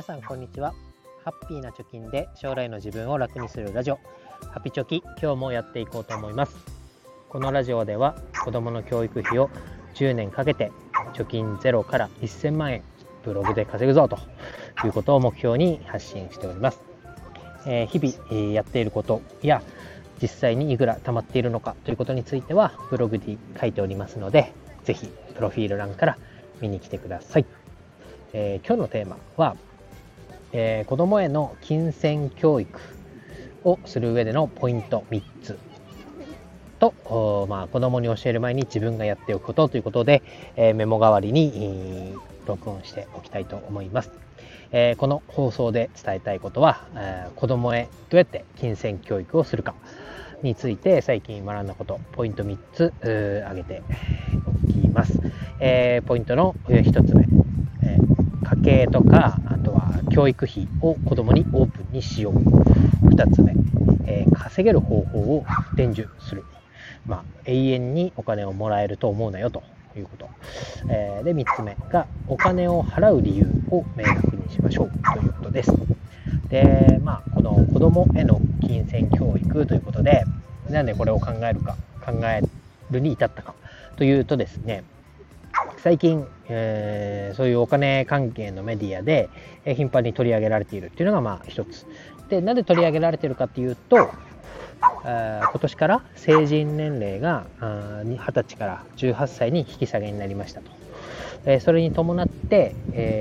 さんこんにちは。ハッピーな貯金で将来の自分を楽にするラジオハピチョキ、今日もやっていこうと思います。このラジオでは子どもの教育費を10年かけて貯金0から1000万円ブログで稼ぐぞということを目標に発信しております。日々やっていることや実際にいくら貯まっているのかということについてはブログに書いておりますので、ぜひプロフィール欄から見に来てください。今日のテーマは、子どもへの金銭教育をする上でのポイント3つと、子どもに教える前に自分がやっておくことということで、メモ代わりに、録音しておきたいと思います。この放送で伝えたいことは、子どもへどうやって金銭教育をするかについて最近学んだことポイント3つ挙げておきます。ポイントの1つ目、家計とかあとは教育費を子どもにオープンにしよう。2つ目、稼げる方法を伝授する。永遠にお金をもらえると思うなよということ。で3つ目がお金を払う理由を明確にしましょうということです。で、この子どもへの金銭教育ということで、なんでこれを考えるに至ったかというとですね、最近、そういうお金関係のメディアで、頻繁に取り上げられているっていうのが一つで、なんで取り上げられているかっていうと、今年から成人年齢が20歳から18歳に引き下げになりましたと。それに伴って、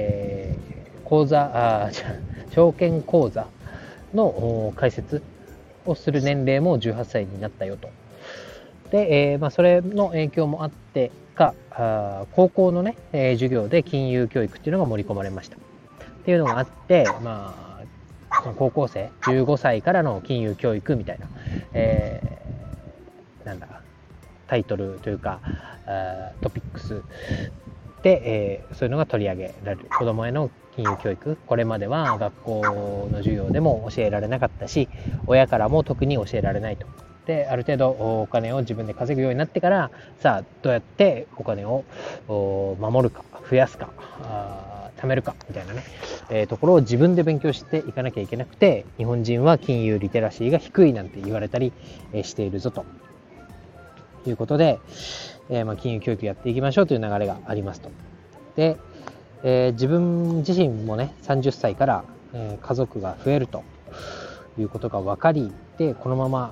証券口座の開設をする年齢も18歳になったよと。で、それの影響もあってか、高校のね、授業で金融教育っていうのが盛り込まれましたっていうのがあって、高校生15歳からの金融教育みたいな、タイトルというかトピックスで、そういうのが取り上げられる。子どもへの金融教育、これまでは学校の授業でも教えられなかったし、親からも特に教えられないと。で、ある程度お金を自分で稼ぐようになってから、さあどうやってお金を守るか、増やすか、貯めるかみたいなね、ところを自分で勉強していかなきゃいけなくて、日本人は金融リテラシーが低いなんて言われたりしているぞということで、金融教育やっていきましょうという流れがありますと。で、自分自身もね、30歳から、家族が増えるということが分かり、でこのまま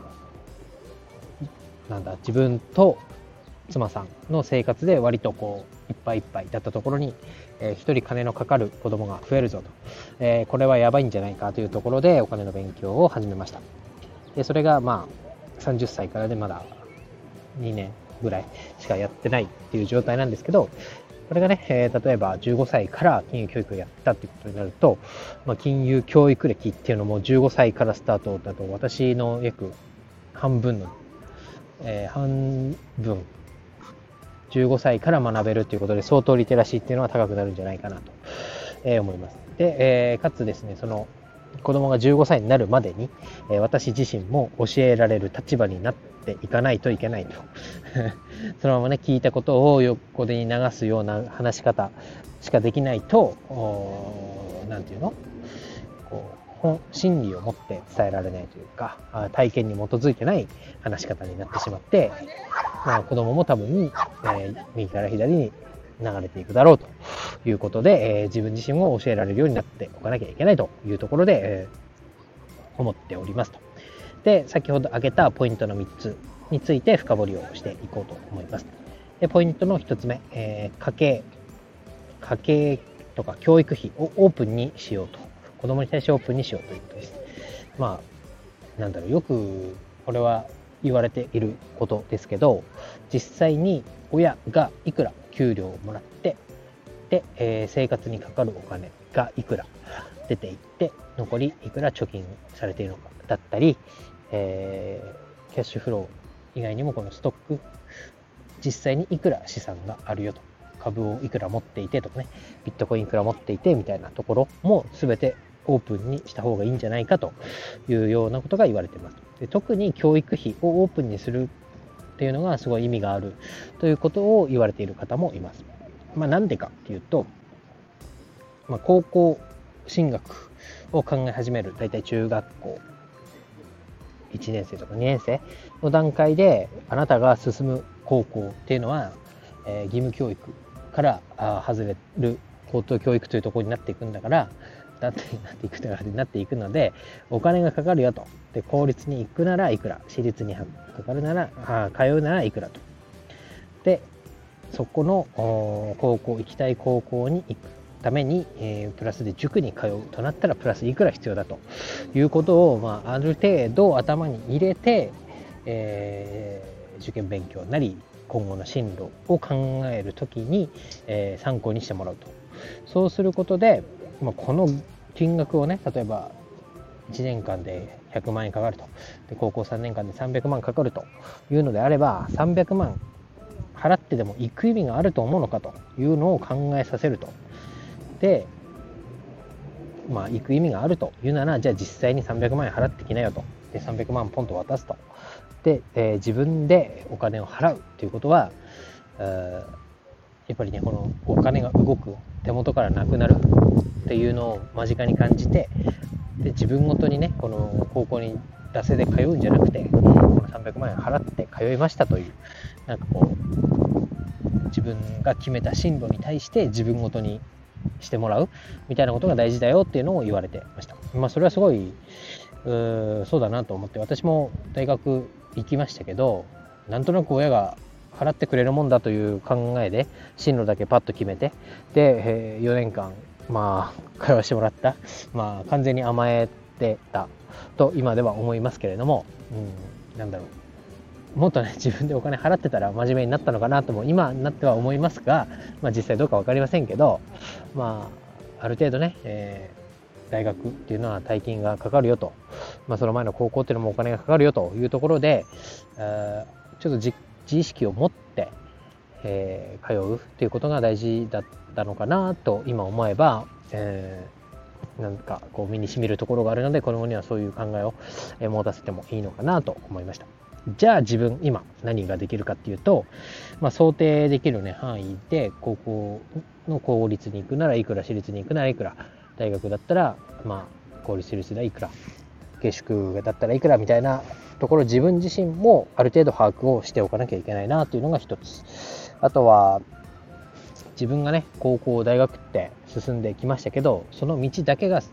自分と妻さんの生活で割といっぱいいっぱいだったところに、一人金のかかる子供が増えるぞと、これはやばいんじゃないかというところでお金の勉強を始めました。でそれが30歳からでまだ2年ぐらいしかやってないっていう状態なんですけど、これがね、例えば15歳から金融教育をやったっていうことになると、金融教育歴っていうのも15歳からスタートだと私の約半分15歳から学べるということで、相当リテラシーっていうのは高くなるんじゃないかなと思います。で、かつですね、その子供が15歳になるまでに、私自身も教えられる立場になっていかないといけないとそのままね、聞いたことを横でに流すような話し方しかできないと、真理を持って伝えられないというか、体験に基づいてない話し方になってしまって、子供も多分、右から左に流れていくだろうということで、自分自身も教えられるようになっておかなきゃいけないというところで、思っておりますと。で、先ほど挙げたポイントの3つについて深掘りをしていこうと思います。で、ポイントの1つ目、家計とか教育費をオープンにしようと。子供に対してオープンにしようということです。よくこれは言われていることですけど、実際に親がいくら給料をもらって、で、生活にかかるお金がいくら出ていって、残りいくら貯金されているのかだったり、キャッシュフロー以外にもこのストック、実際にいくら資産があるよと、株をいくら持っていてとかね、ビットコインいくら持っていてみたいなところも全てオープンにした方がいいんじゃないかというようなことが言われています。で、特に教育費をオープンにするっていうのがすごい意味があるということを言われている方もいます。なんでかっていうと、高校進学を考え始める、だいたい中学校1年生とか2年生の段階で、あなたが進む高校っていうのは、義務教育から外れる高等教育というところになっていくんだから、なっていくので、お金がかかるよと。で、公立に行くならいくら、私立にかかるなら通うならいくらと。で、そこの高校、行きたい高校に行くために、プラスで塾に通うとなったらプラスいくら必要だということを、ある程度頭に入れて、受験勉強なり今後の進路を考えるときに、参考にしてもらうと。そうすることで、この金額をね、例えば1年間で100万円かかると、で高校3年間で300万かかるというのであれば、300万払ってでも行く意味があると思うのかというのを考えさせると。で、行く意味があるというなら、じゃあ実際に300万円払ってきなよと。で、300万ポンと渡すと。で、自分でお金を払うということは、やっぱりね、このお金が動く、手元からなくなるっていうのを間近に感じて、で自分ごとにね、この高校に惰性で通うんじゃなくて、この300万円払って通いましたという、なんかこう自分が決めた進路に対して自分ごとにしてもらうみたいなことが大事だよっていうのを言われてました。それはすごいそうだなと思って、私も大学行きましたけど、なんとなく親が払ってくれるもんだという考えで進路だけパッと決めて、で、4年間通わせてもらった、完全に甘えてたと今では思いますけれども、なんだろう、もっとね、自分でお金払ってたら真面目になったのかなとも今になっては思いますが、実際どうか分かりませんけど、ある程度ね、大学っていうのは大金がかかるよと、その前の高校っていうのもお金がかかるよというところで、ちょっと自意識を持って、通うっていうことが大事だったのかなと今思えば、なんかこう身に染みるところがあるので、子供にはそういう考えを持たせてもいいのかなと思いました。じゃあ自分今何ができるかっていうと、想定できる、範囲で高校の公立に行くならいくら、私立に行くならいくら、大学だったら公立私立でいくら、下宿だったらいくらみたいなところ、自分自身もある程度把握をしておかなきゃいけないなというのが一つ。あとは自分がね、高校大学って進んできましたけど、その道だけが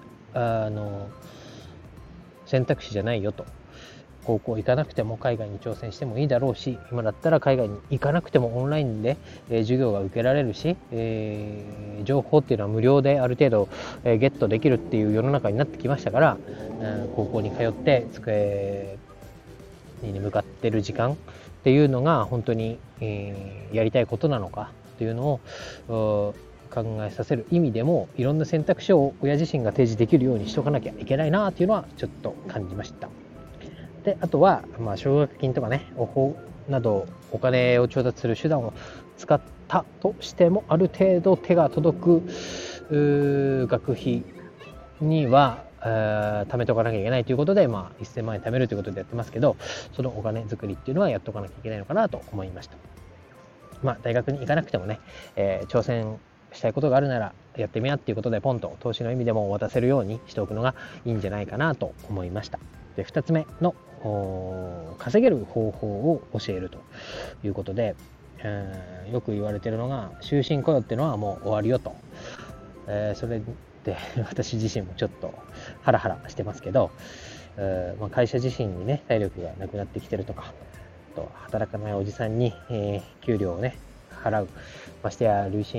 選択肢じゃないよと。高校行かなくても海外に挑戦してもいいだろうし、今だったら海外に行かなくてもオンラインで、授業が受けられるし、情報っていうのは無料である程度、ゲットできるっていう世の中になってきましたから、高校に通って机に向かってる時間っていうのが本当に、やりたいことなのかっていうのを考えさせる意味でも、いろんな選択肢を親自身が提示できるようにしとかなきゃいけないなっていうのはちょっと感じました。で、あとは、奨学金とかね、などお金を調達する手段を使ったとしても、ある程度手が届く学費には貯めとかなきゃいけないということで、1000万円貯めるということでやってますけど、そのお金作りっていうのはやっとかなきゃいけないのかなと思いました。大学に行かなくてもね、挑戦したいことがあるならやってみやっていうことで、ポンと投資の意味でも渡せるようにしておくのがいいんじゃないかなと思いました。で、2つ目の稼げる方法を教えるということで、よく言われているのが、終身雇用っていうのはもう終わるよと。それで私自身もちょっとハラハラしてますけど、会社自身にね、体力がなくなってきてるとか、あと働かないおじさんに、給料をね払う、ましてや終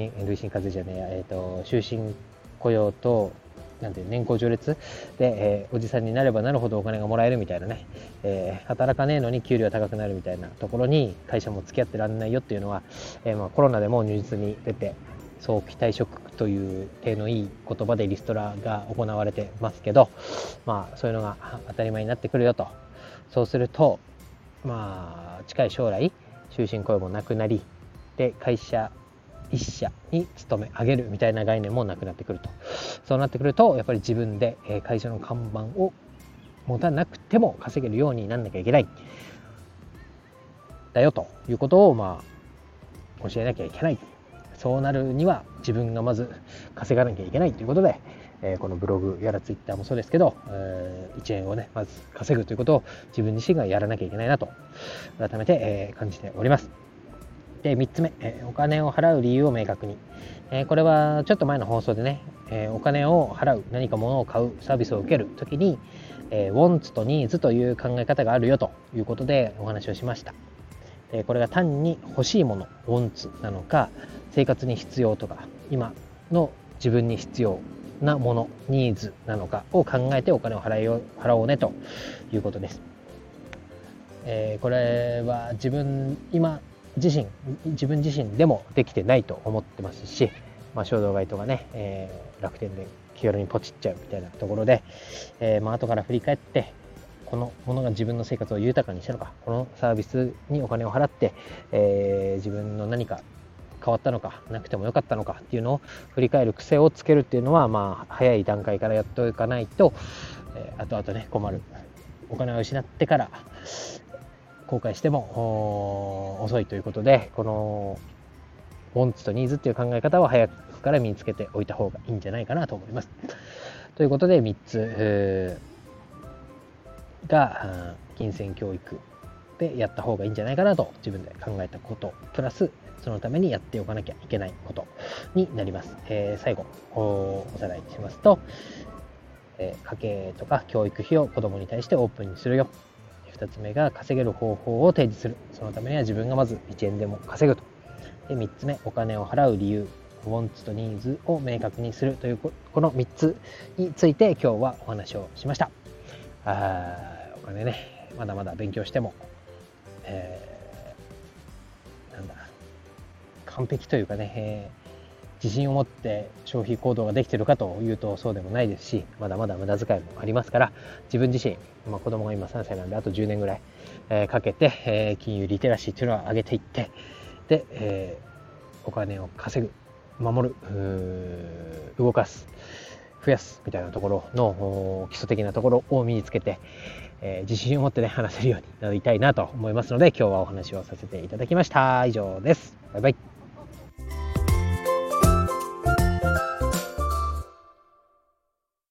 身雇用と年功序列で、おじさんになればなるほどお金がもらえるみたいなね、働かねえのに給料高くなるみたいなところに会社も付き合ってらんないよっていうのは、コロナでも如実に出て、早期退職という手のいい言葉でリストラが行われてますけど、そういうのが当たり前になってくるよと。そうすると近い将来終身雇用もなくなり、で会社一社に勤め上げるみたいな概念もなくなってくると。そうなってくると、やっぱり自分で会社の看板を持たなくても稼げるようになんなきゃいけないだよということを教えなきゃいけない。そうなるには自分がまず稼がなきゃいけないということで、 このブログやらツイッターもそうですけど、1円をねまず稼ぐということを自分自身がやらなきゃいけないなと改めて、感じております。で3つ目、お金を払う理由を明確に。これはちょっと前の放送でね、お金を払う、何か物を買う、サービスを受けるときに、wants と needs という考え方があるよということでお話をしました。これが単に欲しいもの wants なのか、生活に必要とか今の自分に必要なもの needs なのかを考えてお金を払おうねということです。これは自分自身でもできてないと思ってますし、衝動買いとかね、楽天で気軽にポチっちゃうみたいなところで、後から振り返ってこのものが自分の生活を豊かにしたのか、このサービスにお金を払って、自分の何か変わったのか、なくてもよかったのかっていうのを振り返る癖をつけるっていうのは、早い段階からやっておかないと、後々ね困る。お金を失ってから後悔しても遅いということで、このwantsと needs っていう考え方は早くから身につけておいた方がいいんじゃないかなと思います。ということで3つが金銭教育でやった方がいいんじゃないかなと自分で考えたことプラスそのためにやっておかなきゃいけないことになります。最後おさらいしますと、家計とか教育費を子どもに対してオープンにするよ。2つ目が稼げる方法を提示する。そのためには自分がまず1円でも稼ぐと。で3つ目、お金を払う理由 wants と needs を明確にするというこの3つについて今日はお話をしました。お金ね、まだまだ勉強しても、完璧というかね、自信を持って消費行動ができているかというとそうでもないですし、まだまだ無駄遣いもありますから、自分自身、子供が今3歳なんであと10年ぐらい、かけて、金融リテラシーというのは上げていって、で、お金を稼ぐ、守る、動かす、増やすみたいなところの基礎的なところを身につけて、自信を持ってね話せるようになりたいなと思いますので、今日はお話をさせていただきました。以上です。バイバイ。